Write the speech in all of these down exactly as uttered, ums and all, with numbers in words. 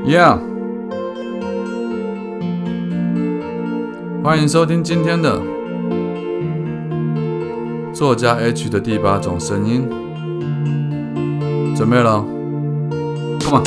Yeah， 欢迎收听今天的作家 H 的第八种声音，准备了 ，Come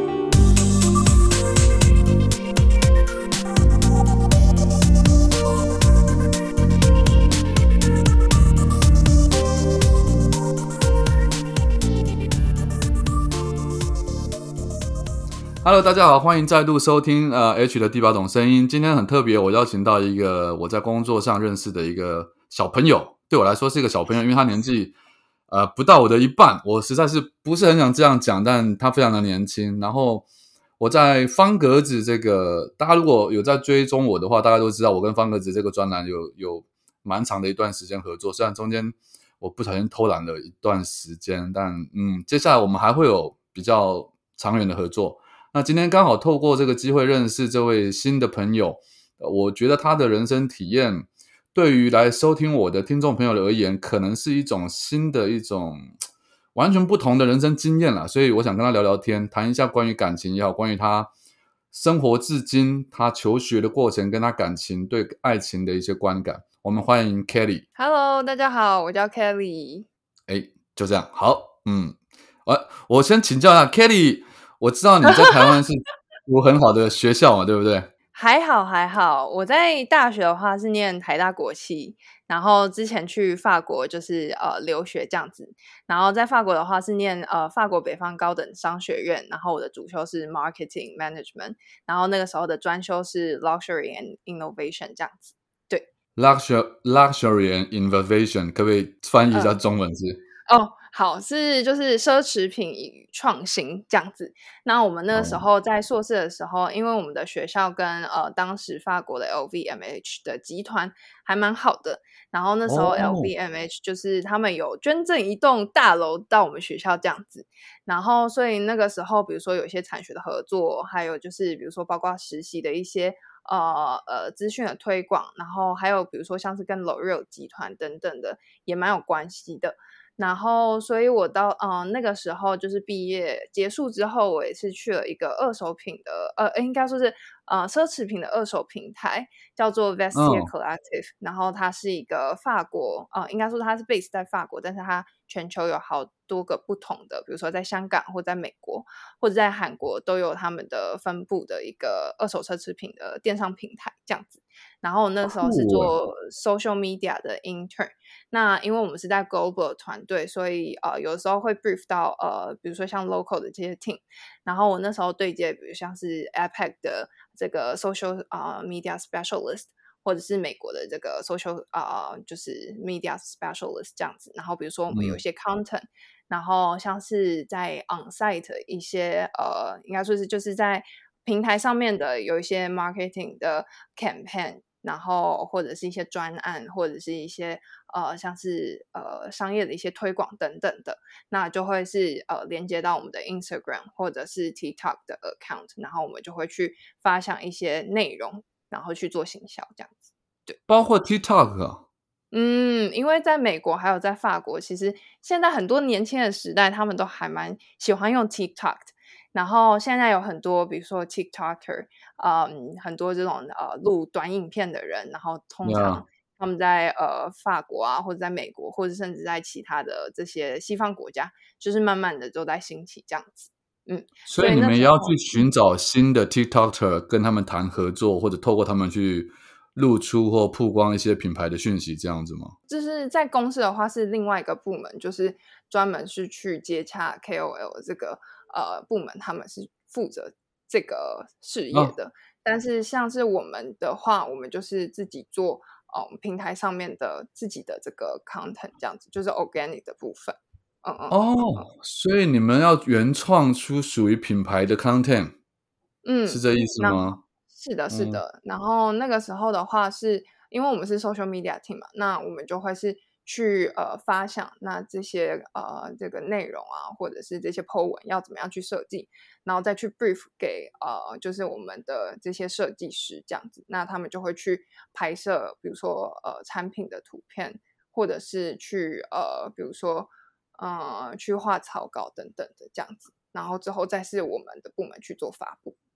on。Hello， 大家好，欢迎再度收听呃 H 的第八种声音。今天很特别，我邀请到一个我在工作上认识的一个小朋友，对我来说是一个小朋友，因为他年纪呃不到我的一半，我实在是不是很想这样讲，但他非常的年轻。然后我在方格子这个，大家如果有在追踪我的话，大家都知道我跟方格子这个专栏有有蛮长的一段时间合作，虽然中间我不小心偷懒了一段时间，但嗯，接下来我们还会有比较长远的合作。那今天刚好透过这个机会认识这位新的朋友，我觉得他的人生体验对于来收听我的听众朋友而言，可能是一种新的一种完全不同的人生经验啦，所以我想跟他聊聊天，谈一下关于感情也好，关于他生活至今他求学的过程跟他感情对爱情的一些观感。我们欢迎 Kelly。 Hello， 大家好，我叫 Kelly。 诶，就这样，好，嗯，我我先请教一下 Kelly，我知道你在台湾是读很好的学校嘛，对不对？ 还好还好，我在大学的话是念台大国企，然后之前去法国就是呃留学这样子，然后在法国的话是念呃法国北方高等商学院，然后我的主修是 Marketing Management， 然后那个时候的专修是 Luxury and Innovation 这样子。对， Luxury, Luxury and Innovation 可不可以翻译一下中文字？ 呃、哦，好，是就是奢侈品与创新这样子。那我们那个时候在硕士的时候，因为我们的学校跟呃当时法国的 L V M H 的集团还蛮好的，然后那时候 L V M H 就是他们有捐赠一栋大楼到我们学校这样子，然后所以那个时候比如说有一些产学的合作，还有就是比如说包括实习的一些呃呃资讯的推广，然后还有比如说像是跟 L'Oreal 集团等等的也蛮有关系的。然后所以我到呃那个时候就是毕业结束之后，我也是去了一个二手品的呃应该说是呃奢侈品的二手平台，叫做 Vestiaire Collective，嗯，然后它是一个法国呃应该说它是 base 在法国，但是它全球有好多个不同的，比如说在香港或在美国或者在韩国都有他们的分布的一个二手奢侈品的电商平台这样子。然后我那时候是做 social media 的 intern， 那因为我们是在 global 团队，所以呃有时候会 brief 到呃比如说像 local 的这些 team， 然后我那时候对接比如像是 A P E C 的这个 social、uh, media specialist， 或者是美国的这个 social、uh, 就是 media specialist 这样子。然后比如说我们有一些 content，嗯，然后像是在 on-site 一些呃应该说是就是在平台上面的有一些 marketing 的 campaign， 然后或者是一些专案，或者是一些呃像是呃商业的一些推广等等的，那就会是呃连接到我们的 Instagram 或者是 TikTok 的 account， 然后我们就会去发想一些内容，然后去做行销这样子。对， 包括 TikTok 啊。 嗯，因为在美国还有在法国，其实现在很多年轻的时代他们都还蛮喜欢用 TikTok，然后现在有很多比如说 TikToker， 嗯，很多这种呃录短影片的人，然后通常他们在呃法国啊，或者在美国，或者甚至在其他的这些西方国家，就是慢慢的都在兴起这样子。嗯， 所以你们也要去寻找新的 TikToker 跟他们谈合作，或者透过他们去露出或曝光一些品牌的讯息这样子吗？ 就是在公司的话是另外一个部门，就是专门是去接洽 K O L 的这个呃部门，他们是负责这个事业的、哦、但是像是我们的话，我们就是自己做嗯平台上面的自己的这个 content 这样子，就是 organic 的部分。嗯嗯哦、嗯，所以你们要原创出属于品牌的 content， 嗯， 是这意思吗？ 是的是的、嗯、然后那个时候的话是因为我们是 social media team 嘛，那我们就会是去呃发想那这些呃这个内容啊，或者是这些 po 文要怎么样去设计，然后再去 brief 给呃就是我们的这些设计师这样子，那他们就会去拍摄比如说呃产品的图片，或者是去呃比如说呃去画草稿等等的这样子，然后之后再是我们的部门去做发布。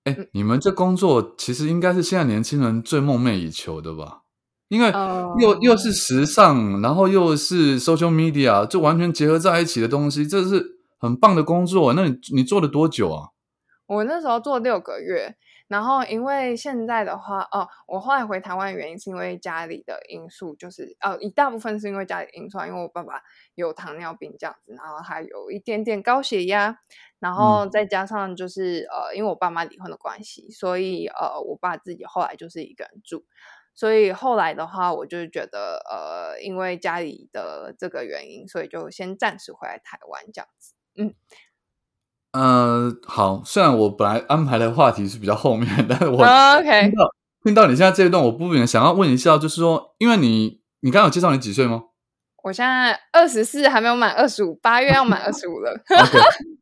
哎、 嗯你们这工作其实应该是现在年轻人最梦寐以求的吧？因为又又呃， 是时尚，然后又是 social media，就完全结合在一起的东西，这是很棒的工作。那你你做了多久啊？ 我那时候做六个月，然后因为现在的话，哦，我后来回台湾的原因是因为家里的因素，就是呃，一大部分是因为家里的因素啊，因为我爸爸有糖尿病这样子，然后还有一点点高血压，然后嗯。 再加上就是呃，因为我爸妈离婚的关系，所以呃，我爸自己后来就是一个人住。所以后来的话，我就觉得，呃，因为家里的这个原因，所以就先暂时回来台湾这样子。嗯， 呃，好，虽然我本来安排的话题是比较后面，但是我啊听 ，OK， 到听到你现在这一段，我不免想要问一下，就是说，因为你你刚刚有介绍你几岁吗我现在二十四，还没有满二十五，八月要满二十五了。 ？OK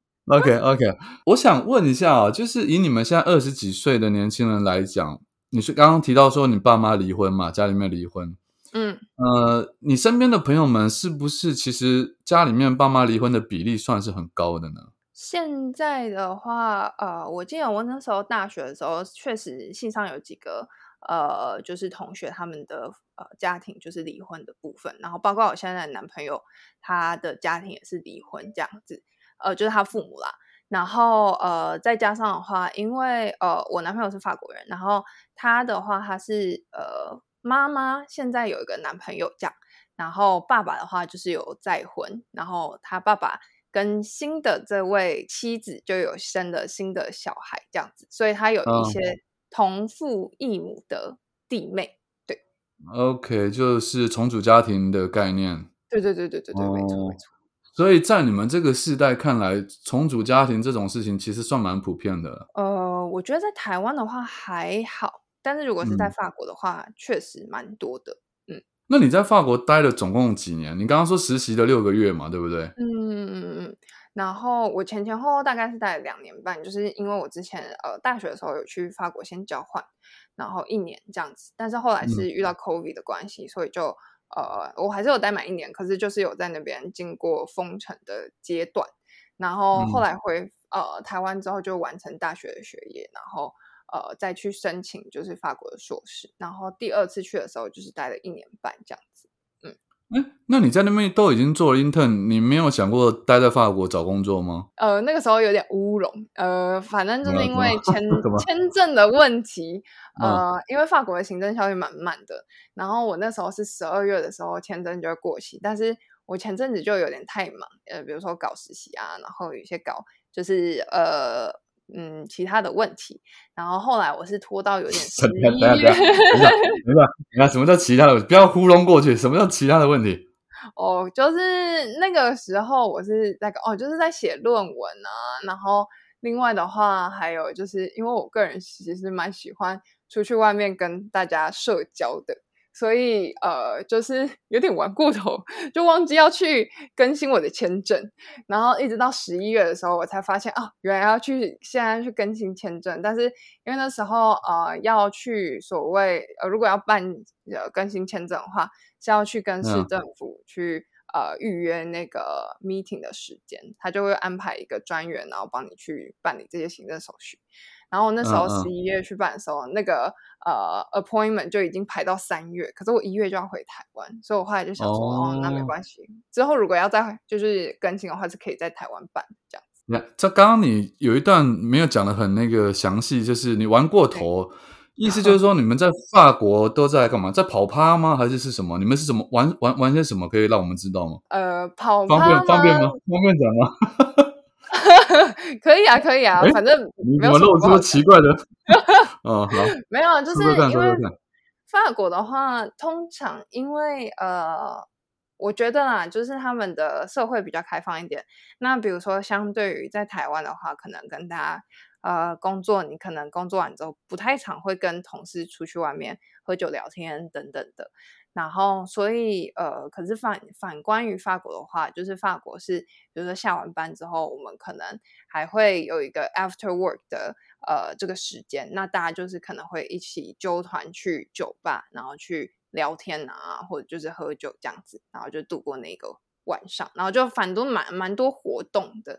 OK OK，我想问一下啊，就是以你们现在二十几岁的年轻人来讲，你是刚刚提到说你爸妈离婚嘛，家里面离婚， 嗯， 呃，你身边的朋友们是不是其实家里面爸妈离婚的比例算是很高的呢？ 现在的话，呃，我记得我那时候大学的时候，确实系上有几个呃，就是同学他们的呃家庭就是离婚的部分，然后包括我现在的男朋友，他的家庭也是离婚这样子，呃，就是他父母啦。然后呃，再加上的话，因为呃，我男朋友是法国人，然后他的话，他是呃妈妈现在有一个男朋友这样，然后爸爸的话就是有再婚，然后他爸爸跟新的这位妻子就有生了新的小孩这样子，所以他有一嗯些同父异母的弟妹。对， ，OK，就是重组家庭的概念。 对对对对对对，没错没哦， 错。 所以在你们这个世代看来，重组家庭这种事情其实算蛮普遍的了。 呃，我觉得在台湾的话还好，但是如果是在嗯， 法国的话，确实蛮多的。嗯。 那你在法国待了总共几年？你刚刚说实习了六个月嘛，对不对？ 嗯嗯嗯嗯，然后我前前后后大概是待了两年半，就是因为我之前呃大学的时候有去法国先交换，然后一年这样子，但是后来嗯是遇到 COVID 的关系，所以就呃我还是有待满一年，可是就是有在那边经过封城的阶段，然后后嗯。 来回呃台湾之后就完成大学的学业，然后呃再去申请就是法国的硕士，然后第二次去的时候就是待了一年半这样子。嗯。 诶，那你在那边都已经做了 intern，你没有想过待在法国找工作吗？ 呃，那个时候有点乌龙，呃，反正就是怎么了？怎么了？ 因为签怎么？ 签证的问题， 嗯， 呃，因为法国的行政效率蛮慢的，然后我那时候是十二月的时候签证就会过期，但是我前阵子就有点太忙，呃，比如说搞实习啊，然后有一些搞就是呃嗯其他的问题，然后后来我是拖到有点十等一下等一一月。 下等一下等一下等一下等一下，什么叫其他的？不要糊弄过去，什么叫其他的问题？ 哦，就是那个时候我是在哦，就是在写论文啊，然后另外的话还有就是因为我个人其实蛮喜欢出去外面跟大家社交的，所以呃，就是有点玩过头，就忘记要去更新我的签证，然后一直到十一月的时候，我才发现啊，原来要去现在去更新签证，但是因为那时候呃要去所谓呃如果要办呃更新签证的话。是要去跟市嗯政府去呃预约那个 meeting 的时间，他就会安排一个专员，然后帮你去办理这些行政手续。然后那时候十嗯嗯， 一月去办的时候，那个呃 appointment 就已经排到三月，可是我一月就要回台湾，所以我后来就想说，哦，那没哦。 关系，之后如果要再就是更新的话，是可以在台湾办这样子。 那这刚刚你有一段没有讲的很那个详细，就是你玩过对， 头，意思就是说你们在法国都在干嘛？在跑趴吗？还是是什么？你们是怎么玩玩玩些什么？可以让我们知道吗？ 呃，跑方便趴吗？ 方便吗？方便讲吗？ 可以啊，可以啊， 诶， 反正你怎没有么露出什么不好讲。 奇怪的哦，好， 没有，就说说看， 是因为说说看。 法国的话，通常因为呃，我觉得啦，就是他们的社会比较开放一点。那比如说，相对于在台湾的话，可能跟大家呃工作，你可能工作完之后不太常会跟同事出去外面喝酒聊天等等的。然后，所以呃，可是反反观于法国的话，就是法国是，比如说下完班之后，我们可能还会有一个 after work 的呃这个时间，那大家就是可能会一起揪团去酒吧，然后去聊天啊，或者就是喝酒这样子，然后就度过那个晚上，然后就反正蛮蛮多活动的。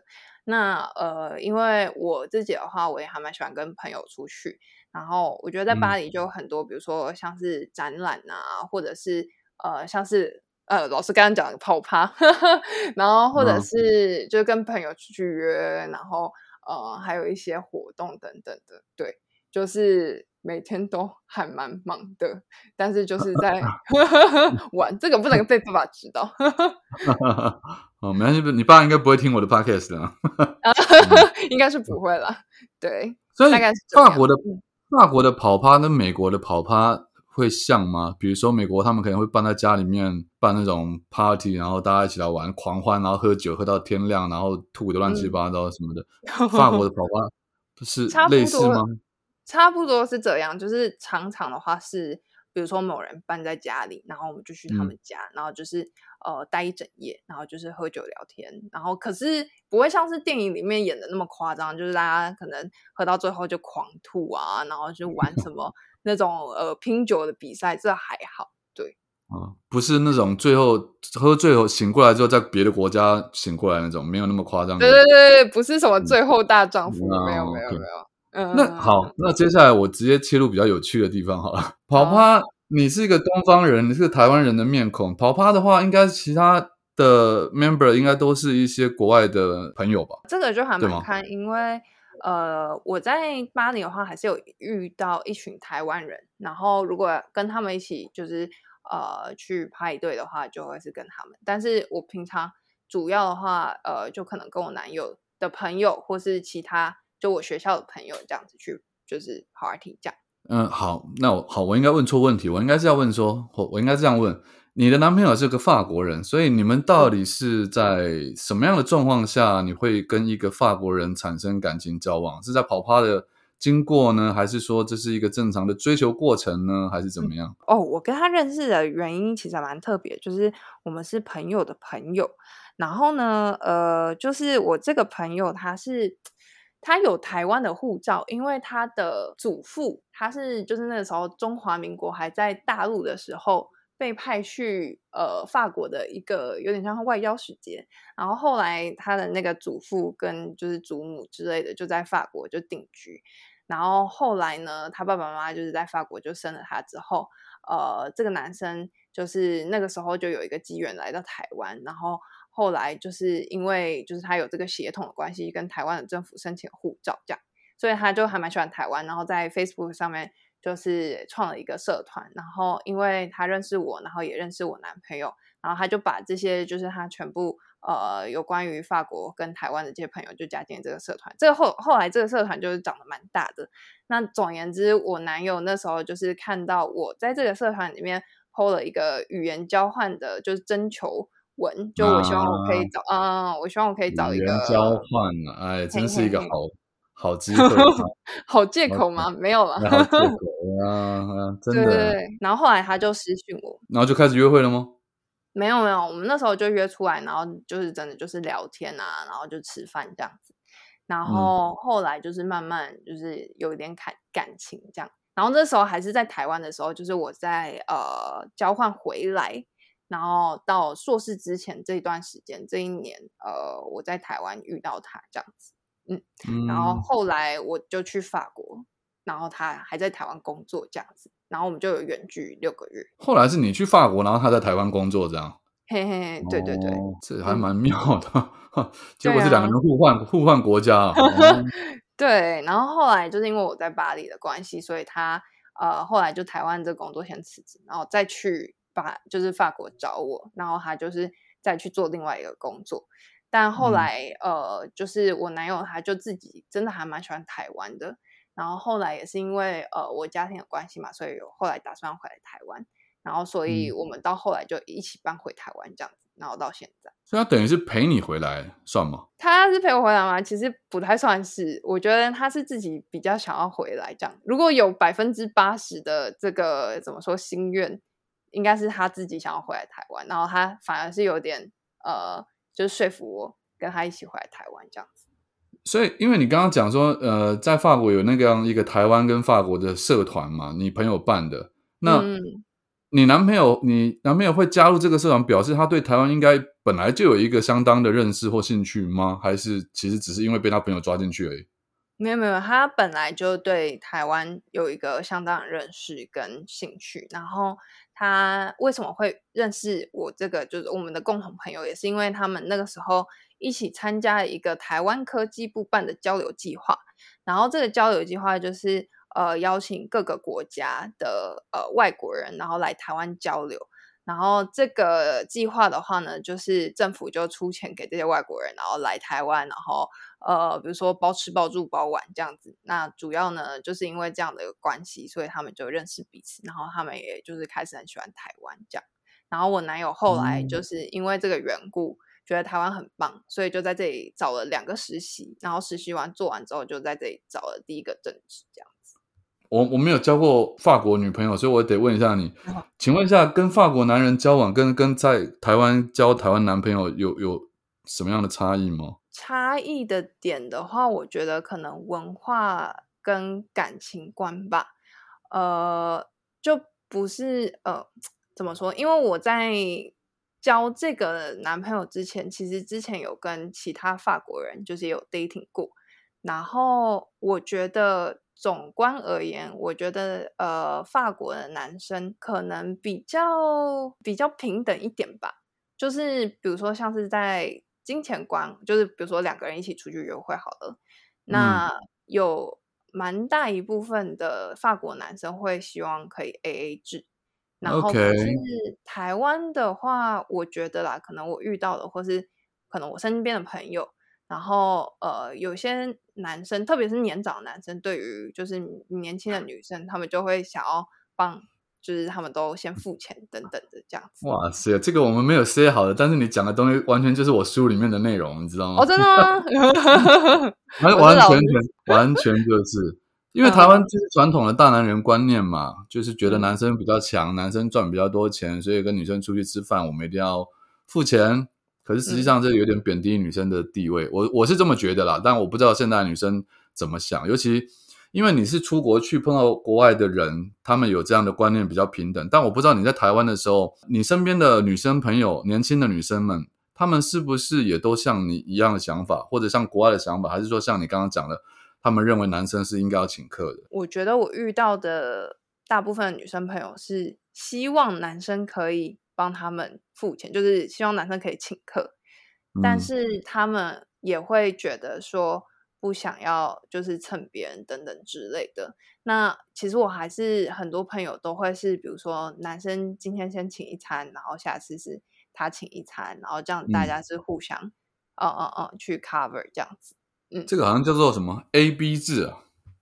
那呃，因为我自己的话，我也还蛮喜欢跟朋友出去，然后我觉得在巴黎就有很多，嗯、比如说像是展览啊，或者是呃，像是呃，老师刚刚讲的跑趴，然后或者是就跟朋友出去约，然后呃，还有一些活动等等的，对，就是每天都还蛮忙的，但是就是在玩，这个不能被爸爸知道。 哦，没关系，你爸应该不会听我的 podcast 的、啊应该是不会啦，对， 所以大概是这样。 法国的法国的跑趴跟美国的跑趴会像吗？比如说美国他们可能会办在家里面办那种 party， 然后大家一起来玩狂欢，然后喝酒喝到天亮，然后吐的乱七八糟什么的。嗯、法国的跑趴是类似吗？ 差不多是这样，就是常常的话是，比如说某人办在家里，然后我们就去他们家，嗯、然后就是呃待一整夜，然后就是喝酒聊天，然后可是不会像是电影里面演的那么夸张，就是大家可能喝到最后就狂吐啊，然后就玩什么那种呃拼酒的比赛，这还好，对。 啊，不是那种最后喝醉后醒过来之后，在别的国家醒过来那种，没有那么夸张。 对对对，不是什么最后大丈夫，嗯、没有没有没有。嗯， 那好，那接下来我直接切入比较有趣的地方好了。跑趴，你是一个东方人，你是个台湾人的面孔。跑趴的话，应该其他的 member 应该都是一些国外的朋友吧？ 这个就还蛮看，因为呃，我在巴黎的话，还是有遇到一群台湾人，然后如果跟他们一起就是呃去派对的话，就会是跟他们。但是我平常主要的话，呃，就可能跟我男友的朋友，或是其他。就我学校的朋友这样子去，就是 party 这样。 嗯，好，那我好，我应该问错问题，我应该是要问说，我我应该这样问：你的男朋友是个法国人，所以你们到底是在什么样的状况下，你会跟一个法国人产生感情交往？是在跑趴的经过呢，还是说这是一个正常的追求过程呢，还是怎么样？ 嗯、哦，我跟他认识的原因其实蛮特别，就是我们是朋友的朋友。然后呢，呃，就是我这个朋友他是。他有台湾的护照，因为他的祖父他是就是那个时候中华民国还在大陆的时候被派去呃法国的一个有点像外交使节，然后后来他的那个祖父跟就是祖母之类的就在法国就定居，然后后来呢，他爸爸妈妈就是在法国就生了他之后，呃，这个男生就是那个时候就有一个机缘来到台湾，然后。后来就是因为就是他有这个血统的关系，跟台湾的政府申请护照这样，所以他就还蛮喜欢台湾，然后在 Facebook 上面就是创了一个社团，然后因为他认识我，然后也认识我男朋友，然后他就把这些就是他全部呃有关于法国跟台湾的这些朋友就加进这个社团，这个后后来这个社团就是长得蛮大的。那总而言之，我男友那时候就是看到我在这个社团里面 po 了一个语言交换的，就是征求。文就我希望我可以找啊、嗯，我希望我可以找一个语言交换啊，哎，真是一个好好机会， 好借口吗？没有啦， 好借口啊，真的。 对对对，然后后来他就私讯我， 然后就开始约会了吗？ 没有没有，我们那时候就约出来，然后就是真的就是聊天啊，然后就吃饭这样子，然后后来就是慢慢就是有一点感感情这样，然后那时候还是在台湾的时候，就是我在呃交换回来。然后到硕士之前这一段时间，这一年，呃，我在台湾遇到他这样子，嗯，嗯然后后来我就去法国，然后他还在台湾工作这样子，然后我们就有远距六个月。 后来是你去法国，然后他在台湾工作这样？ 嘿嘿嘿，对对对， 哦、这还蛮妙的。嗯、结果是两个人互换、啊、互换国家、啊哦。 对，然后后来就是因为我在巴黎的关系，所以他呃后来就台湾这个工作先辞职，然后再去。把就是法国找我，然后他就是再去做另外一个工作，但后来、嗯、呃，就是我男友他就自己真的还蛮喜欢台湾的，然后后来也是因为呃我家庭的关系嘛，所以有后来打算回来台湾，然后所以我们到后来就一起搬回台湾这样子，然后到现在。 所以他等于是陪你回来算吗？ 他是陪我回来吗？其实不太算是，我觉得他是自己比较想要回来这样。如果有百分之八十的这个怎么说心愿。应该是他自己想要回来台湾，然后他反而是有点呃，就是说服我跟他一起回来台湾这样子。 所以，因为你刚刚讲说，呃，在法国有那个样一个台湾跟法国的社团嘛，你朋友办的，那、嗯、 你男朋友你男朋友会加入这个社团，表示他对台湾应该本来就有一个相当的认识或兴趣吗？还是其实只是因为被他朋友抓进去而已？ 没有没有，他本来就对台湾有一个相当的认识跟兴趣，然后他为什么会认识我这个就是我们的共同朋友，也是因为他们那个时候一起参加了一个台湾科技部办的交流计划，然后这个交流计划就是呃邀请各个国家的呃外国人，然后来台湾交流。然后这个计划的话呢，就是政府就出钱给这些外国人，然后来台湾，然后呃，比如说包吃包住包玩这样子。那主要呢，就是因为这样的关系，所以他们就认识彼此，然后他们也就是开始很喜欢台湾这样。然后我男友后来就是因为这个缘故，觉得台湾很棒，所以就在这里找了两个实习，然后实习完做完之后，就在这里找了第一个正职这样。 我我没有交过法国女朋友，所以我得问一下你，请问一下，跟法国男人交往跟跟在台湾交台湾男朋友有有什么样的差异吗？ 差异的点的话，我觉得可能文化跟感情观吧，呃，就不是呃怎么说？因为我在交这个男朋友之前，其实之前有跟其他法国人就是有 dating 过，然后我觉得总观而言，我觉得呃法国的男生可能比较比较平等一点吧，就是比如说像是在金钱观，就是比如说两个人一起出去约会好了，那有蛮大一部分的法国男生会希望可以 A A 制。然后可是 OK， 台湾的话，我觉得啦，可能我遇到的，或是可能我身边的朋友，然后呃，有些男生，特别是年长的男生，对于就是年轻的女生，他们就会想要帮，就是他们都先付钱等等的这样子。 哇塞，这个我们没有 say 好的，但是你讲的东西完全就是我书里面的内容，你知道哦， 吗？ 真的吗？ 完我是老师。 完全全完全就是因为台湾嗯就是传统的大男人观念嘛，就是觉得嗯男生比较强，男生赚比较多钱，所以跟女生出去吃饭，我们一定要付钱。可是实际嗯。 上这有点贬低女生的地位，我我是这么觉得啦，但我不知道现在的女生怎么想，尤其因为你是出国去碰到国外的人，他们有这样的观念比较平等，但我不知道你在台湾的时候，你身边的女生朋友，年轻的女生们，她们是不是也都像你一样的想法，或者像国外的想法，还是说像你刚刚讲的，他们认为男生是应该要请客的？ 我觉得我遇到的大部分的女生朋友是希望男生可以帮他们付钱，就是希望男生可以请客，但嗯是他们也会觉得说不想要就是蹭别人等等之类的。那其实我还是很多朋友都会是，比如说男生今天先请一餐，然后下次是他请一餐，然后这样大嗯， 家是互相，嗯嗯嗯，去 cover 这样子。嗯这个好像叫做什么 A B 制啊？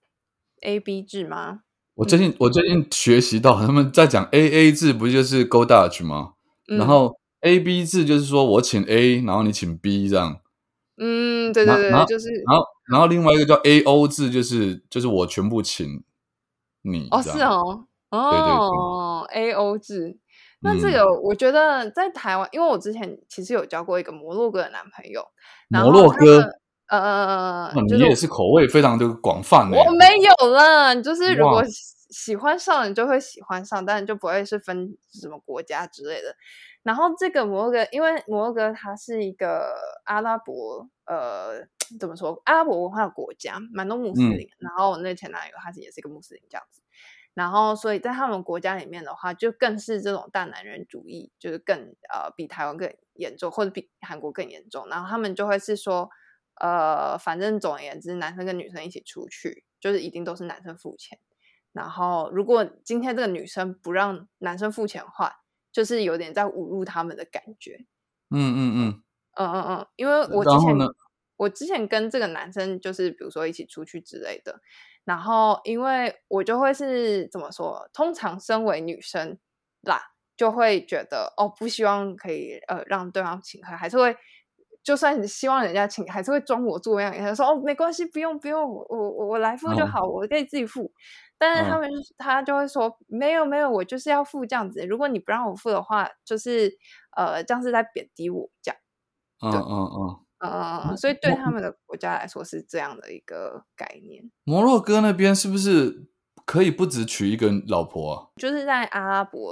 ，A B 制吗？ 我最近嗯我最近学习到他们在讲 A A 制，不就是 Go Dutch 吗？然嗯。 后 A B 制就是说我请 A，然后你请 B 这样。 嗯，对对对， 然然后就是然后然后另外一个叫 A O 制，就是就是我全部请你哦， 这样。 是哦， 对对对， 哦，A O 制。那这嗯， 个我觉得在台湾，因为我之前其实有交过一个摩洛哥的男朋友，然摩后他们洛哥， 呃， 哇，你就是也是口味非常的广泛呢。 我没有了，就是如果哇， 喜喜欢上你就会喜欢上，但就不会是分什么国家之类的。然后这个摩洛哥，因为摩洛哥它是一个阿拉伯，呃，怎么说？阿拉伯文化的国家，蛮多穆斯嗯林。然后我那前男友他也是一个穆斯林这样子。然后所以在他们国家里面的话，就更是这种大男人主义，就是更呃比台湾更严重，或者比韩国更严重。然后他们就会是说，呃，反正总而言之，男生跟女生一起出去，就是一定都是男生付钱。然后如果今天这个女生不让男生付钱的话，就是有点在侮辱他们的感觉。 嗯嗯嗯嗯嗯，因为嗯， 我之前然后呢？ 我之前跟这个男生就是比如说一起出去之类的，然后因为我就会是怎么说，通常身为女生啦，就会觉得哦，不希望可以呃让对方请客，还是会就算你希望人家请，还是会装模作样，人家说哦没关系，不用不用，我我我来付就嗯好，我可以自己付。但是他嗯们就是他就会说没有没有，我就是要付这样子，如果你不让我付的话，就是呃这样是在贬低我这样。 嗯对， 嗯嗯， 呃， 摩所以对他摩们的国家来说是这样的一个概念。 摩洛哥那边是不是可以不只娶一个老婆啊？ 就是在阿拉伯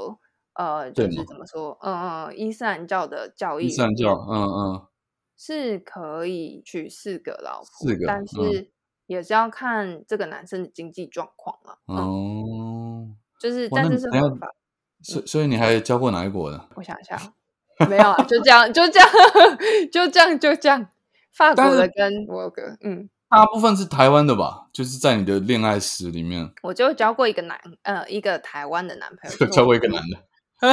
呃，就是怎么说，嗯嗯，伊斯兰教的教义伊斯兰教，嗯嗯， 是可以娶四个老婆， 四个， 但嗯， 是也是要看这个男生的经济状况了。嗯， 哦， 就是哇，那但是你等一下， 是合法。嗯， 所所以你还教过哪一国的？ 我想一下，没有啊，就这样，就这样，就这样，就这样。法但是国的跟我有个，嗯， 大部分是台湾的吧？就是在你的恋爱史里面， 我就交过一个男，呃，一个台湾的男朋友，就是我交过一个男的，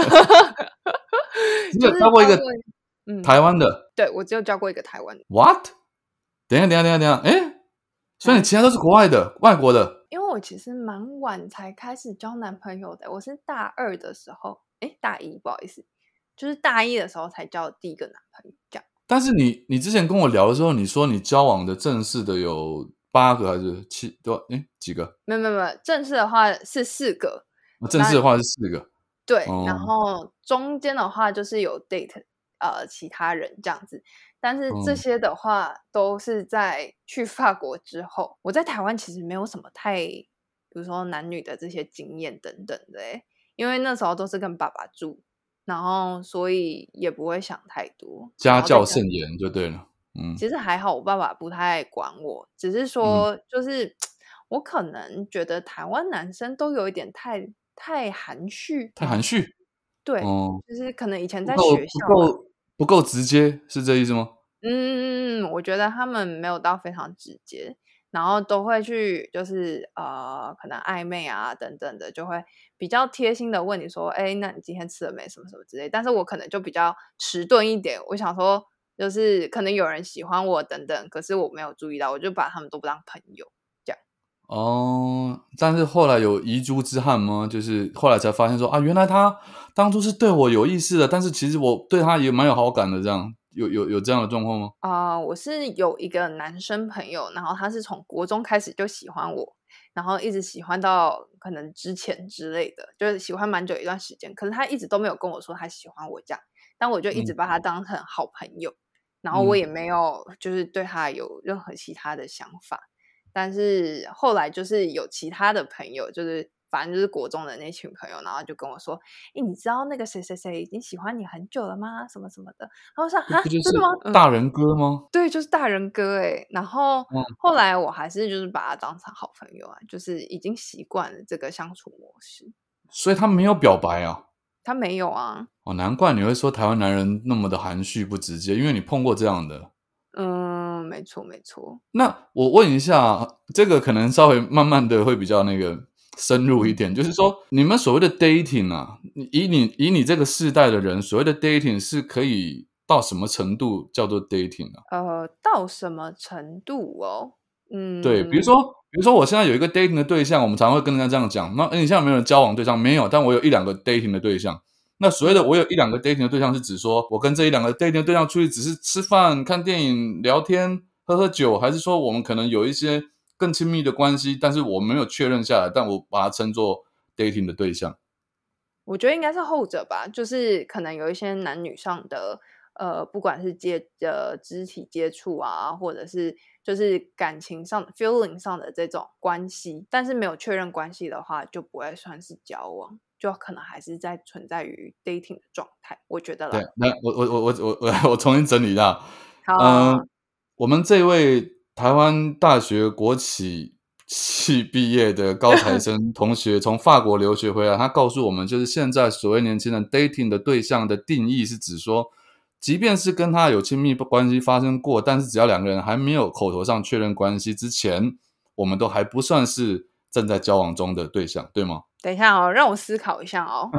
只就有交过一个是交过，嗯， 台湾的对我只有交过一个台湾的。 ，what？等一下，等一下，等一下，等一下，诶，所以你啊， 其他都是国外的，外国的。 因为我其实蛮晚才开始交男朋友的，我是大二的时候，诶，大一，不好意思，就是大一的时候才交第一个男朋友，这样。 但是你你之前跟我聊的时候，你说你交往的正式的有八个还是七多？诶，几个？ 没有没有没有，正式的话是四个，那正式的话是四个。 对，然哦， 后中间的话就是有 date 呃其他人这样子，但是这嗯， 些的话都是在去法国之后，我在台湾其实没有什么太，比如说男女的这些经验等等的诶，因为那时候都是跟爸爸住，然后所以也不会想太多，然家教后再加甚严就对了。嗯其实还好，我爸爸不太管我，只是嗯， 说就是我可能觉得台湾男生都有一点太太含蓄吗？ 太含蓄。 对， 哦， 就是可能以前不在够不学校吧， 够不够直接，是这意思吗？ 嗯嗯嗯，我觉得他们没有到非常直接，然后都会去就是呃，可能暧昧啊等等的，就会比较贴心的问你说，哎，那你今天吃了没？什么什么之类。但是我可能就比较迟钝一点，我想说就是可能有人喜欢我等等，可是我没有注意到，我就把他们都不当朋友，这样。 哦，但是后来有遗珠之憾吗？就是后来才发现说啊，原来他当初是对我有意思的，但是其实我对他也蛮有好感的，这样有有有这样的状况吗？ 啊、我是有一个男生朋友，然后他是从国中开始就喜欢我，然后一直喜欢到可能之前之类的，就是喜欢蛮久一段时间。可是他一直都没有跟我说他喜欢我这样，但我就一直嗯把他当成好朋友，然后我嗯， 也没有就是对他有任何其他的想法。但是后来就是有其他的朋友，就是反正就是国中的那群朋友，然后就跟我说：“诶，你知道那个谁谁谁已经喜欢你很久了吗？什么什么的。”然后我说：“哈， 这不就是真的吗？”嗯。 大人哥吗？ 对，就是大人哥哎，然后嗯， 后来我还是就是把他当成好朋友啊，就是已经习惯了这个相处模式。 所以他没有表白啊。 他没有啊， 哦，难怪你会说台湾男人那么的含蓄不直接，因为你碰过这样的。 嗯，没错没错， 那我问一下，这个可能稍微慢慢的会比较那个深入一嗯， 点，就是说你们所谓的 dating 啊，你以你以你这个世代的人，所谓的 dating 是可以到什么程度叫做 dating 啊？ 呃，到什么程度哦？ 对，比如嗯， 说比如说我现在有一个 dating 的对象，我们常会跟人家这样讲，那诶你现在有没有人交往对象？没有，但我有一两个 dating 的对象。那所谓的嗯。 我有一两个 dating 的对象，是指说我跟这一两个 dating 的对象出去只是吃饭、看电影、聊天、喝喝酒，还是说我们可能有一些更亲密的关系，但是我没有确认下来，但我把它称作 dating 的对象。 我觉得应该是后者吧，就是可能有一些男女上的，呃，不管是接呃肢体接触啊，或者是就是感情上 feeling 上的这种关系，但是没有确认关系的话，就不会算是交往，就可能还是在存在于 dating 的状态，我觉得对， 啦。 那我我我我我我我重新整理一下，嗯、 好， 我们这位台湾大学国企系毕业的高材生同学，从法国留学回来，他告诉我们，就是现在所谓年轻人 dating 的对象的定义是指说，即便是跟他有亲密关系发生过，但是只要两个人还没有口头上确认关系之前，我们都还不算是正在交往中的对象，对吗？ 等一下哦，让我思考一下哦。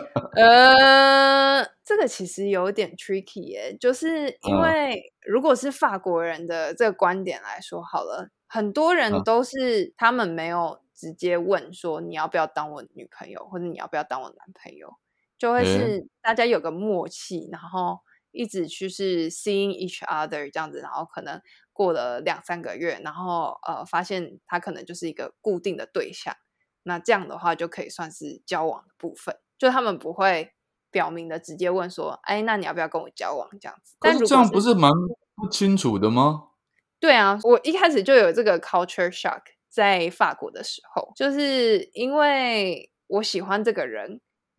呃，这个其实有点 tricky 耶，就是因嗯为如果是法国人的这个观点来说好了，很多人嗯， 都是他们没有直接问说你要不要当我女朋友，或者你要不要当我男朋友，就会诶， 是大家有个默契，然后一直去是 seeing each other 这样子，然后可能过了两三个月，然后呃发现他可能就是一个固定的对象。那这样的话就可以算是交往的部分，就他们不会表明的直接问说，哎，那你要不要跟我交往这样子？ 可是这但如果是样不是蛮不清楚的吗？ 对啊，我一开始就有这个 culture shock，在法国的时候，就是因为我喜欢这个人，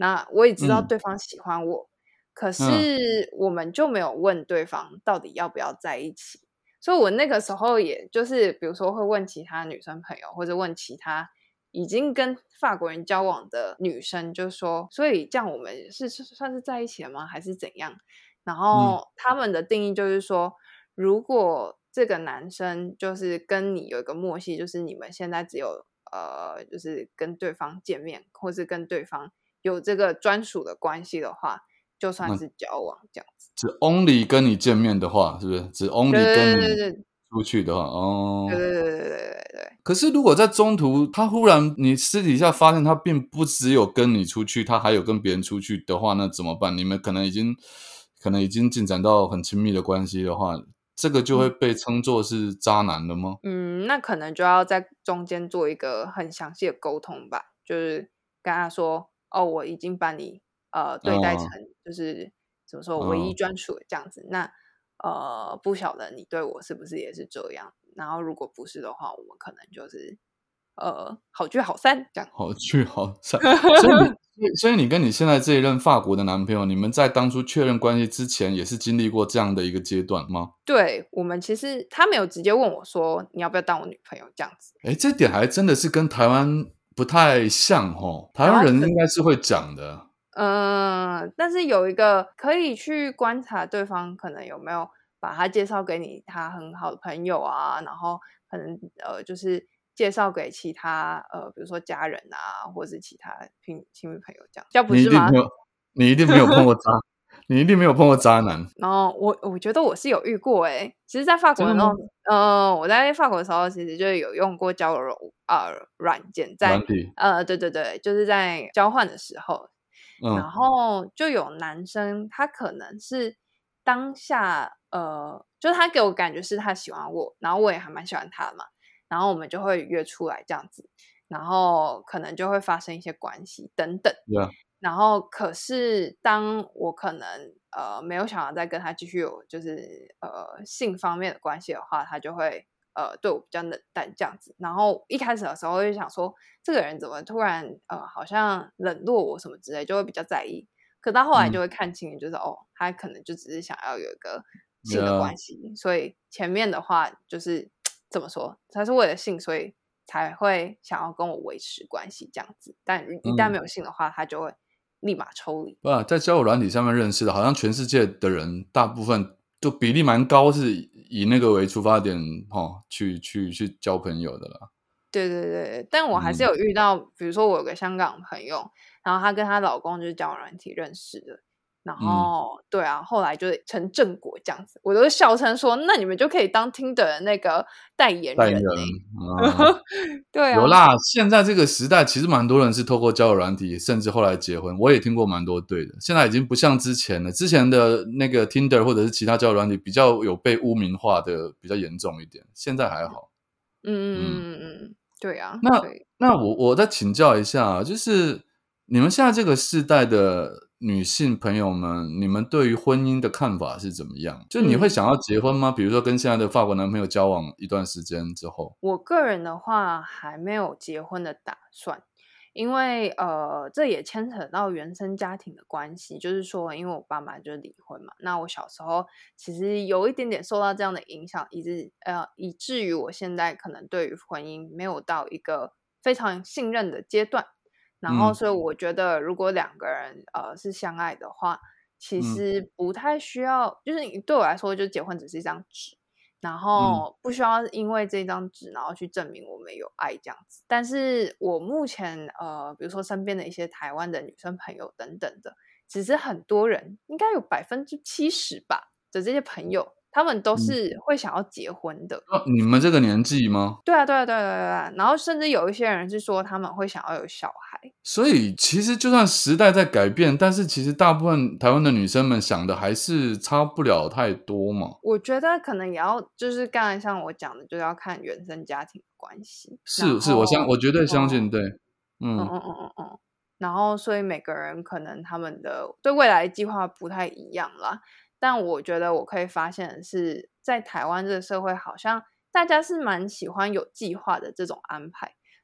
那我也知道嗯对方喜欢我，可嗯是我们就没有问对方到底要不要在一起。所以我那个时候也就是比如说会问其他女生朋友，或者问其他已经跟法国人交往的女生，就说所以这样我们是是算是在一起了吗？还是怎样？然嗯， 后他们的定义就是说，如果这个男生就是跟你有一个默契，就是你们现在只有呃，就是跟对方见面，或是跟对方有这个专属的关系的话，就算那是交往这样子。 只 only 跟你见面的话，是不是？只对 only 跟你对对对对出去的话， 对哦。 对对对对对对。 可是如果在中途，他忽然你私底下发现他并不只有跟你出去，他还有跟别人出去的话，那怎么办？你们可能已经可能已经进展到很亲密的关系的话，这个就会嗯被称作是渣男了吗？ 嗯，那可能就要在中间做一个很详细的沟通吧，就是跟他说，哦，我已经把你呃对待成嗯就是怎么说唯一嗯， 专属的这样子，那呃不晓得你对我是不是也是这样？然后如果不是的话，我们可能就是呃好聚好散这样。 好聚好散。所以你所以所以你跟你现在这一任法国的男朋友，你们在当初确认关系之前，也是经历过这样的一个阶段吗？ 对，我们其实他没有直接问我说你要不要当我女朋友这样子， 诶，这点还真的是跟台湾不太像哦，台湾台湾可人应该是会讲的。 嗯，但是有一个可以去观察对方可能有没有把他介绍给你他很好的朋友啊，然后可能呃就是介绍给其他呃比如说家人啊，或是其他亲亲密朋友这样，叫不是吗？ 你一定没有你一定没有碰过渣你一定没有碰过渣男， 然后我我觉得我是有遇过诶、其实，在法国真的吗？ 的那种，呃，我在法国的时候，其实就有用过交友软呃软件在， 软体， 呃，对对对，就是在交换的时候，然嗯， 后就有男生他可能是当下呃，就是他给我感觉是他喜欢我，然后我也还蛮喜欢他的嘛，然后我们就会约出来这样子，然后可能就会发生一些关系等等。 对啊， 然后可是当我可能呃没有想要再跟他继续有就是呃性方面的关系的话，他就会呃对我比较冷淡这样子。然后一开始的时候就想说，这个人怎么突然呃好像冷落我什么之类，就会比较在意。可到后来就嗯， 会看清，就是哦，他可能就只是想要有一个性的对啊， 关系，所以前面的话就是怎么说，他是为了性，所以才会想要跟我维持关系这样子。但一旦没嗯， 有性的话，他就会立马抽离。 不啊，在交友软体上面认识的，好像全世界的人大部分就比例蛮高，是以以那个为出发点，齁，去去去交朋友的啦。 对对对，但我还是嗯， 有遇到，比如说我有个香港朋友，然后她跟她老公就是交友软体认识的，然嗯， 后对啊，后来就成正果这样子，我都笑称说，那你们就可以当 Tinder 的那个代言代言人， 人呢、 啊。 对啊， 有啦，现在这个时代，其实蛮多人是透过交友软体，甚至后来结婚。我也听过蛮多对的，现在已经不像之前了。之前的那个 Tinder 或者是其他交友软体，比较有被污名化的比较严重一点，现在还好。 嗯嗯嗯， 嗯嗯嗯，对啊， 那所以那我我再请教一下啊，就是你们现在这个世代的女性朋友们，你们对于婚姻的看法是怎么样？就你会嗯。 想要结婚吗？比如说跟现在的法国男朋友交往一段时间之后， 我个人的话还没有结婚的打算，因为呃，这也牵扯到原生家庭的关系，就是说，因为我爸妈就离婚嘛，那我小时候其实有一点点受到这样的影响，以致呃，以至于我现在可能对于婚姻没有到一个非常信任的阶段，然后嗯所以我觉得，如果两个人呃是相爱的话，其嗯实不太需要，就是你对我来说，就结婚只是一张纸。然嗯后不需要因为这张纸，然后去证明我们有爱这样子。但是我目前呃，比如说身边的一些台湾的女生朋友等等的，其实很多人应该有百分之七十吧的这些朋友，他们都嗯。 是会想要结婚的。 那你们这个年纪吗？ 对啊，对啊，对啊，对啊，对啊。然后甚至有一些人是说他们会想要有小孩。 所以其实就算时代在改变，但是其实大部分台湾的女生们想的还是差不了太多嘛。 我觉得可能也要，就是刚才像我讲的，就是要看原生家庭的关系。然是是，我相后， 我绝对相信， 嗯， 对，嗯嗯嗯嗯嗯嗯，然后所以每个人可能他们的对未来的计划不太一样啦，但我觉得我可以发现的是，在台湾这个社会，好像大家是蛮喜欢有计划的这种安排，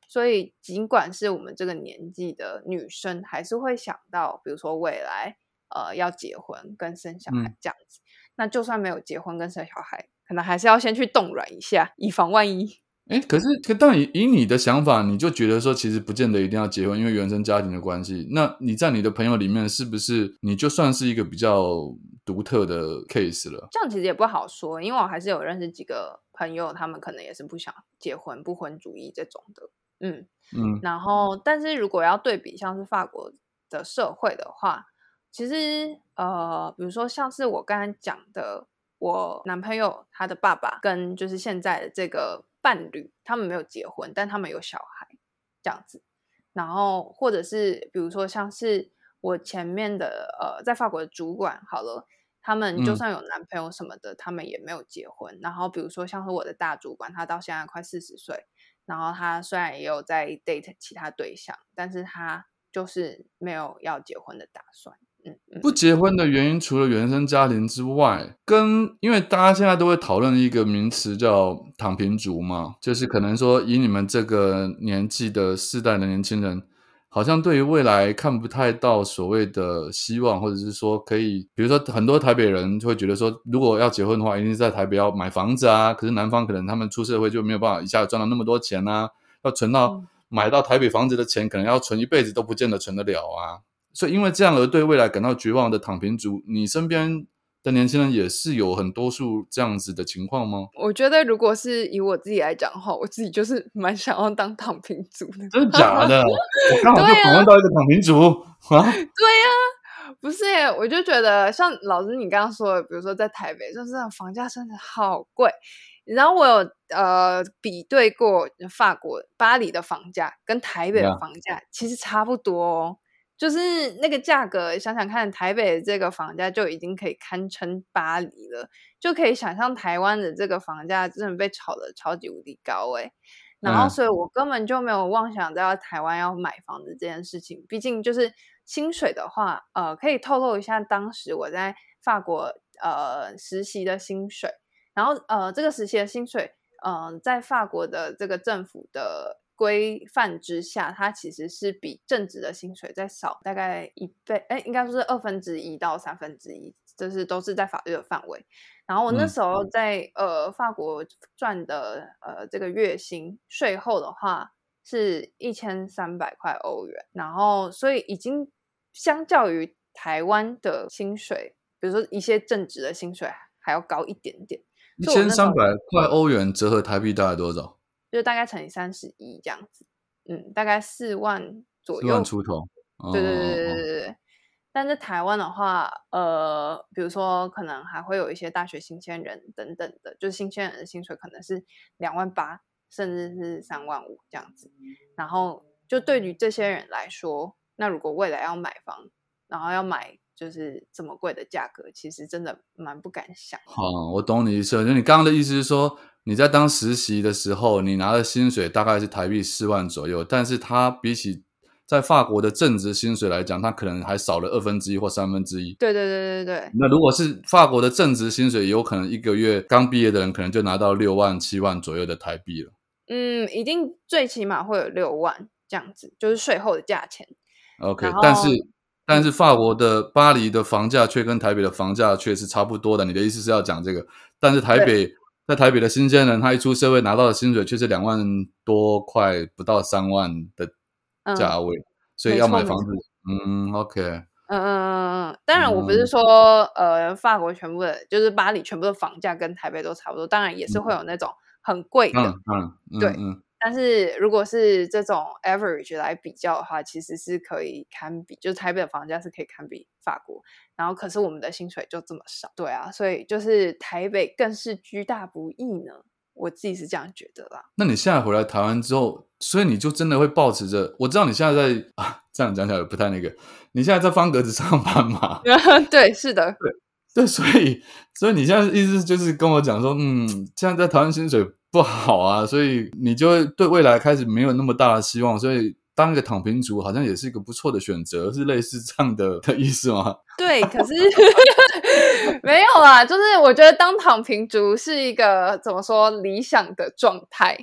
所以尽管是我们这个年纪的女生，还是会想到比如说未来呃要结婚跟生小孩这样子、嗯、那就算没有结婚跟生小孩，可能还是要先去冻卵一下，以防万一。 哎，可是可但以以你的想法，你就觉得说其实不见得一定要结婚，因为原生家庭的关系。那你在你的朋友里面，是不是你就算是一个比较独特的 case 了？ 这样其实也不好说，因为我还是有认识几个朋友，他们可能也是不想结婚、不婚主义这种的。嗯嗯，然后但是如果要对比像是法国的社会的话，其实呃，比如说像是我刚才讲的，我男朋友他的爸爸跟就是现在的这个伴侣，他们没有结婚，但他们有小孩这样子。然后或者是比如说像是我前面的呃，在法国的主管好了，他们就算有男朋友什么的、嗯、他们也没有结婚。然后比如说像是我的大主管，他到现在快四十岁，然后他虽然也有在 date 其他对象，但是他就是没有要结婚的打算。 不结婚的原因除了原生家庭之外，跟因为大家现在都会讨论一个名词叫躺平族嘛，就是可能说以你们这个年纪的世代的年轻人，好像对于未来看不太到所谓的希望，或者是说可以，比如说很多台北人就会觉得说，如果要结婚的话，一定是在台北要买房子啊，可是南方可能他们出社会就没有办法一下子赚到那么多钱啊，要存到买到台北房子的钱，可能要存一辈子都不见得存得了啊。所以因为这样而对未来感到绝望的躺平族，你身边的年轻人也是有很多数这样子的情况吗？ 我觉得如果是以我自己来讲的话，我自己就是蛮想要当躺平族的。 真的假的？我刚好就访问到一个躺平族啊。 对呀、啊，不是耶，我就觉得像老师你刚刚说的，比如说在台北，就是房价真的好贵。然后我有呃比对过法国巴黎的房价跟台北的房价，其实差不多哦。就是那个价格，想想看，台北的这个房价就已经可以堪称巴黎了，就可以想象台湾的这个房价真的被炒得超级无敌高诶。然后所以我根本就没有妄想在台湾要买房子这件事情。毕竟就是薪水的话，呃，可以透露一下当时我在法国呃实习的薪水。然后呃，这个实习的薪水，呃，在法国的这个政府的规范之下，它其实是比正职的薪水再少大概一倍，哎，应该说是二分之一到三分之一，就是都是在法律的范围。然后我那时候在、嗯、呃法国赚的呃这个月薪税后的话是一千三百块欧元，然后所以已经相较于台湾的薪水，比如说一些正职的薪水还要高一点点。 一千三百块欧元折合台币大概多少？ 就大概乘以三十一这样子，嗯，大概四万左右， 四万出头。 对对对对对对对。但在台湾的话，呃，比如说可能还会有一些大学新鲜人等等的，就是新鲜人的薪水可能是两万八，甚至是三万五这样子。然后就对于这些人来说，那如果未来要买房，然后要买就是这么贵的价格，其实真的蛮不敢想。 好，我懂你意思了。就你刚刚的意思是说，你在当实习的时候，你拿的薪水大概是台币四万左右，但是它比起在法国的正职薪水来讲，它可能还少了二分之一或三分之一。 对对对对对。 那如果是法国的正职薪水，有可能一个月刚毕业的人可能就拿到六万、七万左右的台币了。 嗯，一定最起码会有六万这样子，就是税后的价钱。 OK， 但是。但是法国的巴黎的房价却跟台北的房价却是差不多的，你的意思是要讲这个？但是台北在台北的新鲜人，他一出社会拿到的薪水却是两万多块，不到三万的价位，嗯、所以要买房子，嗯 ，OK， 嗯嗯嗯嗯，当然我不是说、嗯、呃法国全部的，就是巴黎全部的房价跟台北都差不多，当然也是会有那种很贵的， 嗯嗯，嗯对。 嗯但是如果是这种 average 来比较的话，其实是可以堪比，就是台北的房价是可以堪比法国，然后可是我们的薪水就这么少，对啊，所以就是台北更是居大不易呢，我自己是这样觉得啦。 那你现在回来台湾之后，所以你就真的会抱持着，我知道你现在在啊，这样讲起来不太那个，你现在在方格子上班嘛？ 对，是的， 对对，所以所以你现在意思就是跟我讲说，嗯，现在在台湾薪水不好啊，所以你就会对未来开始没有那么大的希望，所以当一个躺平族好像也是一个不错的选择，是类似这样的的意思吗？ 对，可是没有啦，就是我觉得当躺平族是一个怎么说理想的状态，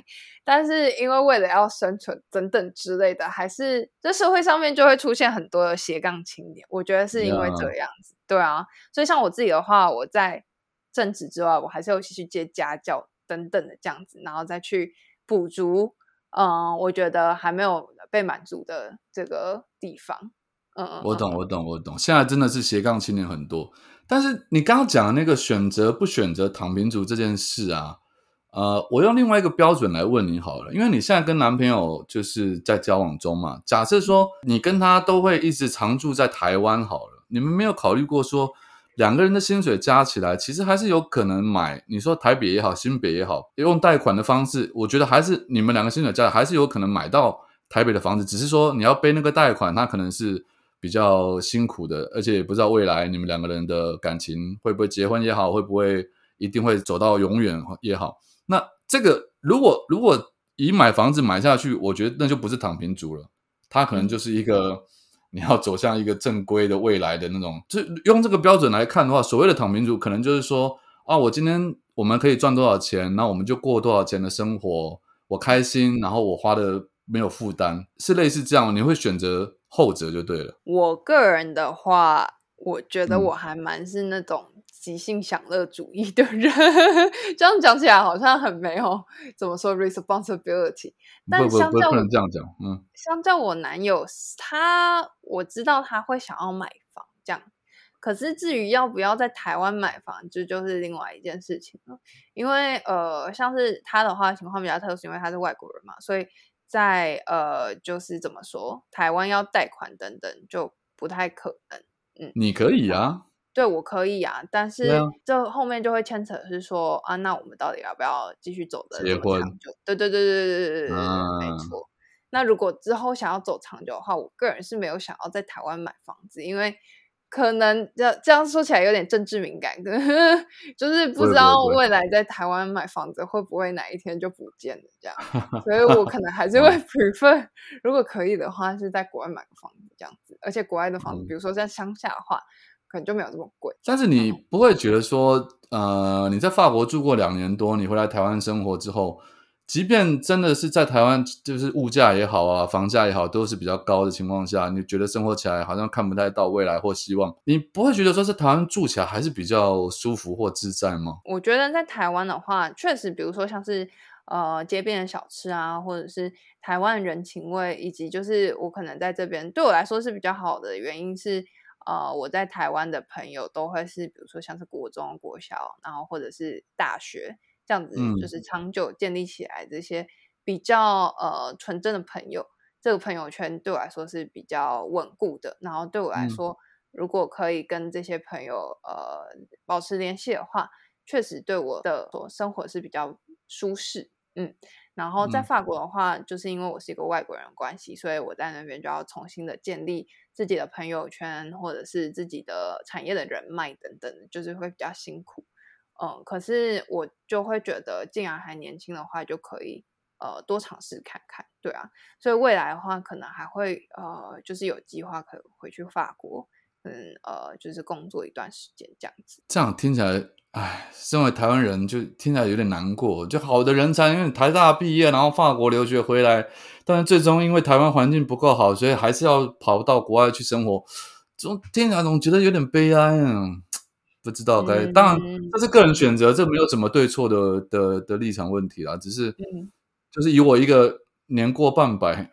但是因为为了要生存等等之类的，还是这社会上面就会出现很多的斜杠青年，我觉得是因为这样子。Yeah. 对啊，所以像我自己的话，我在正职之外，我还是有去接家教等等的这样子，然后再去补足嗯，我觉得还没有被满足的这个地方。嗯嗯， 我懂，我懂，我懂。现在真的是斜杠青年很多，但是你刚刚讲的那个选择不选择躺平族这件事啊，呃，我用另外一个标准来问你好了，因为你现在跟男朋友就是在交往中嘛，假设说你跟他都会一直常住在台湾好了，你们没有考虑过说两个人的薪水加起来，其实还是有可能买，你说台北也好，新北也好，用贷款的方式，我觉得还是你们两个薪水加起来还是有可能买到台北的房子，只是说你要背那个贷款，它可能是比较辛苦的，而且也不知道未来你们两个人的感情会不会结婚也好，会不会一定会走到永远也好。那这个如果如果以买房子买下去，我觉得那就不是躺平族了，它可能就是一个你要走向一个正规的未来的那种。就用这个标准来看的话，所谓的躺平族可能就是说啊，我今天我们可以赚多少钱，那我们就过多少钱的生活，我开心，然后我花的没有负担，是类似这样，你会选择后者就对了。 我个人的话，我觉得嗯我还蛮是那种即兴享乐主义的人，这样讲起来好像很没有怎么说 responsibility，但不不不相较不能这样讲，嗯相较我男友，他我知道他会想要买房这样，可是至于要不要在台湾买房，这就是另外一件事情了。因为呃，像是他的话情况比较特殊，因为他是外国人嘛，所以在呃，就是怎么说，台湾要贷款等等就不太可能。嗯， 你可以啊， 对我可以啊，但是对啊， 这后面就会牵扯是说啊，那我们到底要不要继续走的这么结婚， 长久？对对对对对对对对对，没嗯， 错。那如果之后想要走长久的话，我个人是没有想要在台湾买房子，因为可能这这样说起来有点政治敏感，可能就是不不知道会不会不会， 未来在台湾买房子会不会哪一天就不见了这样，所以我可能还是会 prefer，如果可以的话是在国外买个房子这样子，而且国外的房子，比嗯。 如说在乡下的话，可能就没有这么贵。 但是你不会觉得说，呃，你在法国住过两年多，你回来台湾生活之后，即便真的是在台湾，就是物价也好啊，房价也好，都是比较高的情况下，你觉得生活起来好像看不太到未来或希望，你不会觉得说在台湾住起来还是比较舒服或自在吗？ 我觉得在台湾的话，确实，比如说像是呃街边的小吃啊，或者是台湾人情味，以及就是我可能在这边对我来说是比较好的原因是，呃，我在台湾的朋友都会是，比如说像是国中、国小，然后或者是大学这样子，就嗯是长久建立起来这些比较呃纯正的朋友，这个朋友圈对我来说是比较稳固的。然后对我来嗯说，如果可以跟这些朋友呃保持联系的话，确实对我的生活是比较舒适。嗯，然后在嗯法国的话，就是因为我是一个外国人的关系，所以我在那边就要重新的建立自己的朋友圈，或者是自己的产业的人脉等等，就是会比较辛苦。嗯，可是我就会觉得，既然还年轻的话，就可以呃多尝试看看，对啊。所以未来的话，可能还会呃，就是有计划可以回去法国，嗯呃，就是工作一段时间这样子。 这样听起来，唉，身为台湾人就听起来有点难过。就好的人才，因为台大毕业，然后法国留学回来，但是最终因为台湾环境不够好，所以还是要跑到国外去生活。总听起来总觉得有点悲哀啊，不知道该。当然， 嗯这是个人选择，这没有什么对错的的的立场问题啦。只是， 嗯。 就是以我一个年过半百，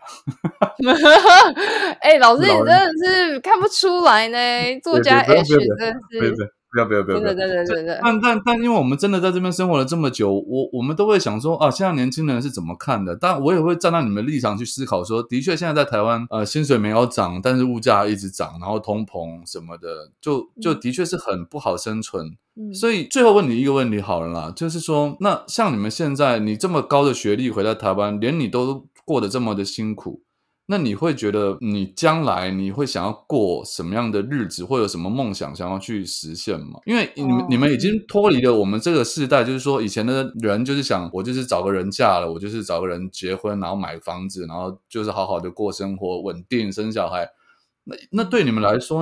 哎、老师，你真老人的是看不出来呢。作别别家不要不 H 要不要真的是不要不要不要不要不要不要， 真的，真的， 这真的， 但但但因为我们真的在这边生活了这么久，我我们都会想说啊，现在年轻人是怎么看的？但我也会站在你们的立场去思考说，的确现在在台湾，呃，薪水没有涨，但是物价一直涨，然后通膨什么的，就就嗯的确是很不好生存。 嗯所以最后问你一个问题好了啦，就是说，那像你们现在你这么高的学历回到台湾，连你都过得这么的辛苦，那你会觉得你将来你会想要过什么样的日子，或有什么梦想想要去实现吗？因为你们你哦， 们已经脱离了我们这个世代，就是说以前的人就是想我就是找个人嫁了，我就是找个人结婚，然后买房子，然后就是好好的过生活，稳定生小孩。那那嗯对你们来说呢？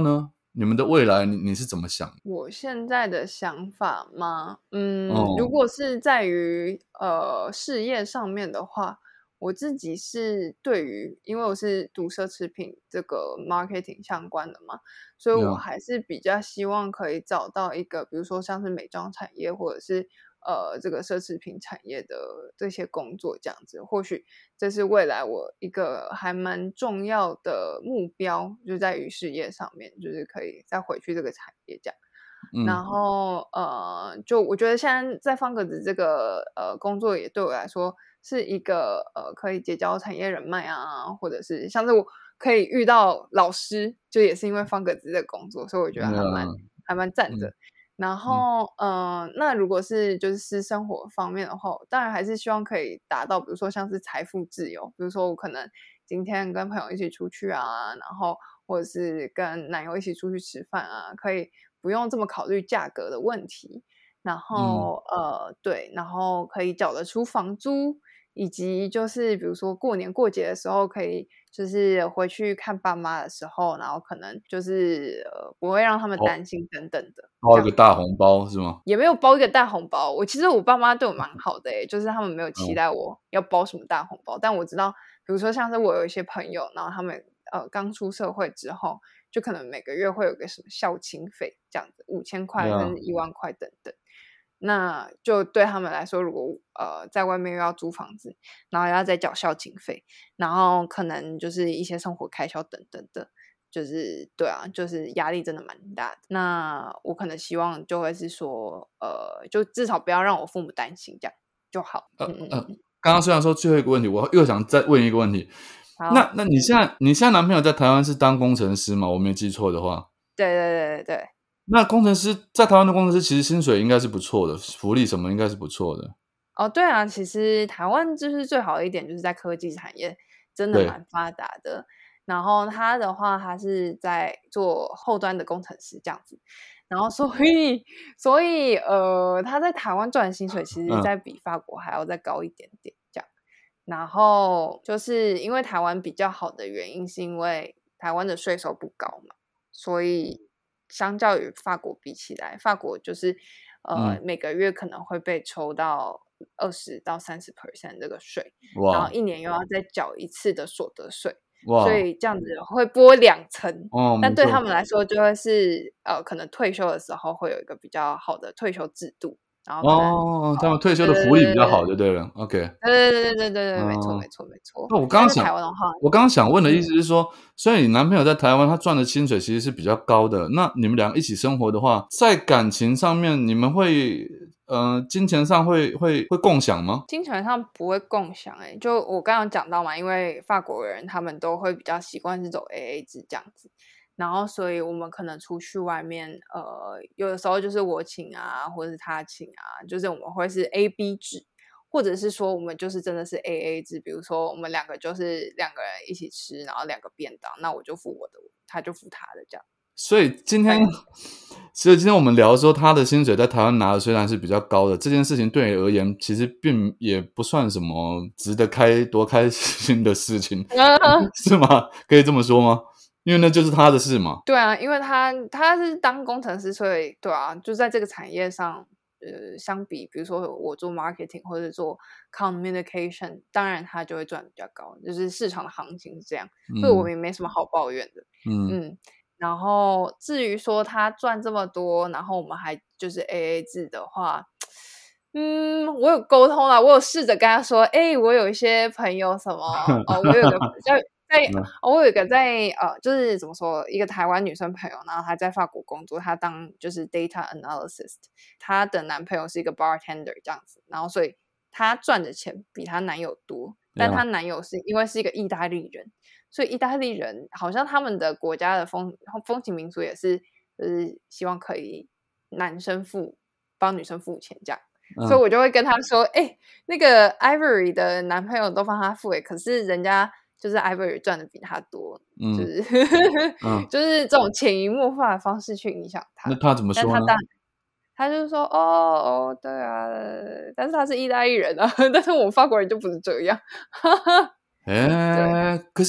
你们的未来你你是怎么想？ 我现在的想法吗？嗯，如哦， 果是在于呃事业上面的话，我自己是对于，因为我是读奢侈品这个 marketing 相关的嘛，所以我呀， 还是比较希望可以找到一个，比如说像是美妆产业或者是呃这个奢侈品产业的这些工作这样子，或许这是未来我一个还蛮重要的目标，就在于事业上面，就是可以再回去这个产业这样。然嗯， 后呃，就我觉得现在在方格子这个呃工作也对我来说是一个呃可以结交产业人脉啊，或者是像是我可以遇到老师，就也是因为方格子的工作，所以我觉得还蛮呀， 还蛮赞嗯的。然嗯， 后呃，那如果是就是私生活方面的话，当然还是希望可以达到，比如说像是财富自由，比如说我可能今天跟朋友一起出去啊，然后或者是跟男友一起出去吃饭啊，可以不用这么考虑价格的问题，然嗯， 后呃对，然后可以缴得出房租，以及就是比如说过年过节的时候，可以就是回去看爸妈的时候，然后可能就是呃不会让他们包担心等等的，这样。 包一个大红包是吗？ 也没有包一个大红包，我其实我爸妈对我蛮好的诶，就是他们没有期嗯， 待我要包什么大红包，但我知道，比如说像是我有一些朋友，然后他们呃刚出社会之后，就可能每个月会有个什么孝亲费这样子，五千块甚呀， 至一万块等等。那就对他们来说，如果呃在外面又要租房子，然后要再缴孝亲费，然后可能就是一些生活开销等等的，就是对啊，就是压力真的蛮大的。那我可能希望就会是说，呃，就至少不要让我父母担心，这样就好。 呃呃， 嗯嗯嗯， 刚刚虽然说最后一个问题，我又想再问一个问题，那好， 那你现在你现在男朋友在台湾是当工程师吗？我没记错的话。 对对对对对。 那工程师在台湾的工程师其实薪水应该是不错的，福利什么应该是不错的。 哦，对啊，其实台湾就是最好的一点，就是在科技产业真的对， 蛮发达的。然后他的话，他是在做后端的工程师这样子，然后所以所以呃，他在台湾赚的薪水，其实嗯， 在比法国还要再高一点点这样。然后就是因为台湾比较好的原因，是因为台湾的税收不高嘛，所以相较于法国比起来，法国就是呃嗯， 每个月可能会被抽到二十到三十 percent 这个税，然后哇， 一年又要再缴一次的所得税，所哇， 以这样子会拨两层。 哦，没但对他错。 们来说，就会是呃，可能退休的时候会有一个比较好的退休制度，然后可能哦，他们退休对的福利比较好对就对了，OK。 对对对对对对，没错嗯， 没错没错。 那我刚但是刚想台湾的话， 我刚刚想问的意嗯， 思是说，虽然你男朋友在台湾，他赚的薪水其实是比较高的，那你们两个一起生活的话，在感情上面你们会呃，金钱上会会会共享吗？ 基本上不会共享诶、就我刚刚讲到嘛，因为法国人他们都会比较习惯是走 A A 制这样子，然后所以我们可能出去外面，呃，有的时候就是我请啊，或者是他请啊，就是我们会是 A B 制，或者是说我们就是真的是 A A 制，比如说我们两个就是两个人一起吃，然后两个便当，那我就付我的，他就付他的这样。 所以今天大概所以今天我们聊说他的薪水在台湾拿的虽然是比较高的，这件事情对你而言其实并也不算什么值得开多开心的事情，是吗？可以这么说吗？因为那就是他的事嘛。 对啊，因为他他是当工程师，所以对啊，就在这个产业上，呃，相比比如说我做 marketing 或者做 communication，当然他就会赚比较高，就是市场的行情是这样，所以我嗯也没什么好抱怨的。 嗯嗯，然后至于说他赚这么多，然后我们还就是 A A 制的话，嗯，我有沟通啦，我有试着跟他说，哎，我有一些朋友什么，哦，我有个在在嗯哦，我有一个在呃，就是怎么说，一个台湾女生朋友，然后她在法国工作，她当就是 data analyst，她的男朋友是一个 bartender 这样子，然后所以她赚的钱比她男友多，但她 ，Yeah， 男友是因为是一个意大利人，所以意大利人好像他们的国家的风风情民俗也是，就是希望可以男生付帮女生付钱这样。所以嗯我就会跟他说：“哎、那个 Ivory 的男朋友都帮他付诶，可是人家就是 Ivory 赚的比他多，就嗯是嗯， 就是这种潜移默化的方式去影响他。 那他怎么说呢？ 但他当他就是说：‘哦哦，对啊，但是他是意大利人啊，但是我们法国人就不是这样。’ 哎，可是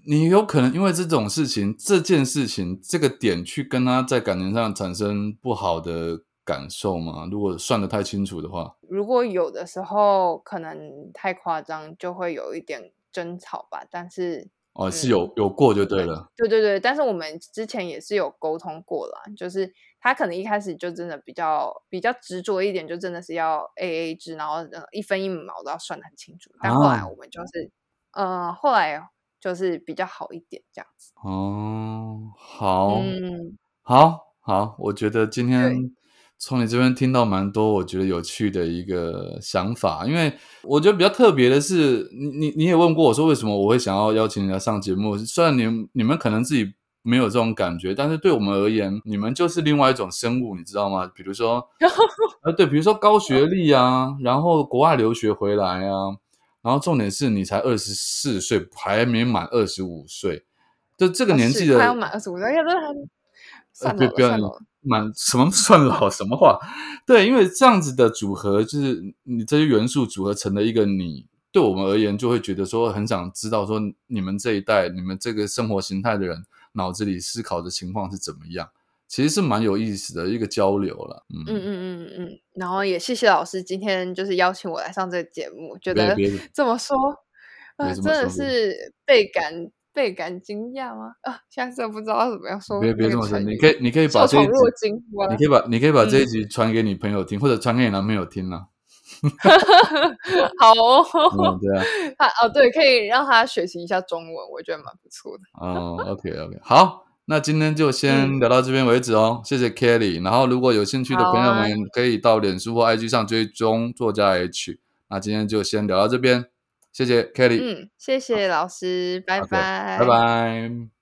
你有可能因为这种事情这件事情这个点去跟他在感情上产生不好的感受吗？如果算得太清楚的话。 如果有的时候可能太夸张，就会有一点争吵吧，但是哦，是有嗯， 有过就我们对了。 对对对，但是我们之前也是有沟通过啦，就是他可能一开始就真的比较比较执着一点，就真的是要 A A 制，然后呃一分一毛都要算得很清楚。但后来啊。 我们就是，呃，后来就是比较好一点这样子。 哦，好， 嗯， 好，好，我觉得今天对， 从你这边听到蛮多我觉得有趣的一个想法，因为我觉得比较特别的是，你你你也问过我说为什么我会想要邀请你来上节目，虽然你们你们可能自己没有这种感觉，但是对我们而言，你们就是另外一种生物，你知道吗？比如说，呃，对，比如说高学历啊，然后国外留学回来啊，然后重点是你才二十四岁，还没满二十五岁，就这个啊， 年纪的。 是快要满二十五岁，要不然呃， 算老了， 不不要算老了。 满什么算老什么话。对，因为这样子的组合，就是你这些元素组合成了一个你，对我们而言就会觉得说很想知道说你们这一代，你们这个生活形态的人脑子里思考的情况是怎么样，其实是蛮有意思的一个交流了。 嗯嗯， 嗯嗯嗯，然后也谢谢老师今天就是邀请我来上这个节目，觉得别别这么说，啊，真的别这么说，别是倍感倍感惊讶吗？啊，现在真的不知道怎么样说别那别这么说， 个成语， 你可以你可以把受宠若这一集， 惊，哇， 你可以把你可以把这一嗯， 集传给你朋友听，或者传给你男朋友听啊。 好哦， 嗯，对啊。 他哦对，可以让他学习一下中文，我觉得蛮不错的。 哦，OK OK，好，那今天就先嗯， 聊到这边为止哦，谢谢 Kelly。然后如果有兴趣的好啊， 朋友们，可以到脸书或 I G 上追踪作家 H。那今天就先聊到这边，谢谢 Kelly。 嗯，谢谢老师，拜 OK，拜拜。 拜。